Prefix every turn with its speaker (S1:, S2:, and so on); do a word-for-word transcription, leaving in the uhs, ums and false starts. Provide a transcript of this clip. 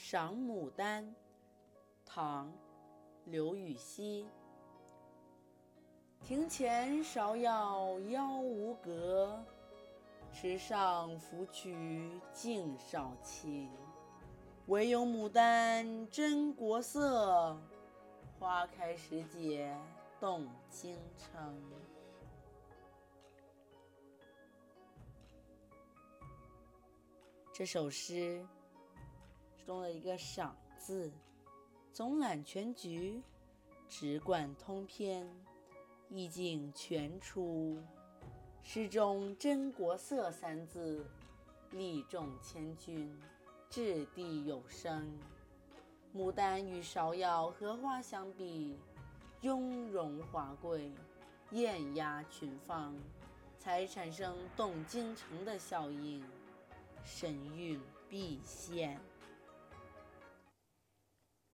S1: 赏牡丹，唐·刘禹锡。庭前芍药妖无格，池上芙蕖净少情。唯有牡丹真国色，花开时节动京城。这首诗中的一个赏字，总揽全局，直贯通篇，意境全出。诗中真国色三字力重千钧，掷地有声。牡丹与芍药荷花相比，雍容华贵，艳压群芳，才产生动京城的效应，神韵毕现。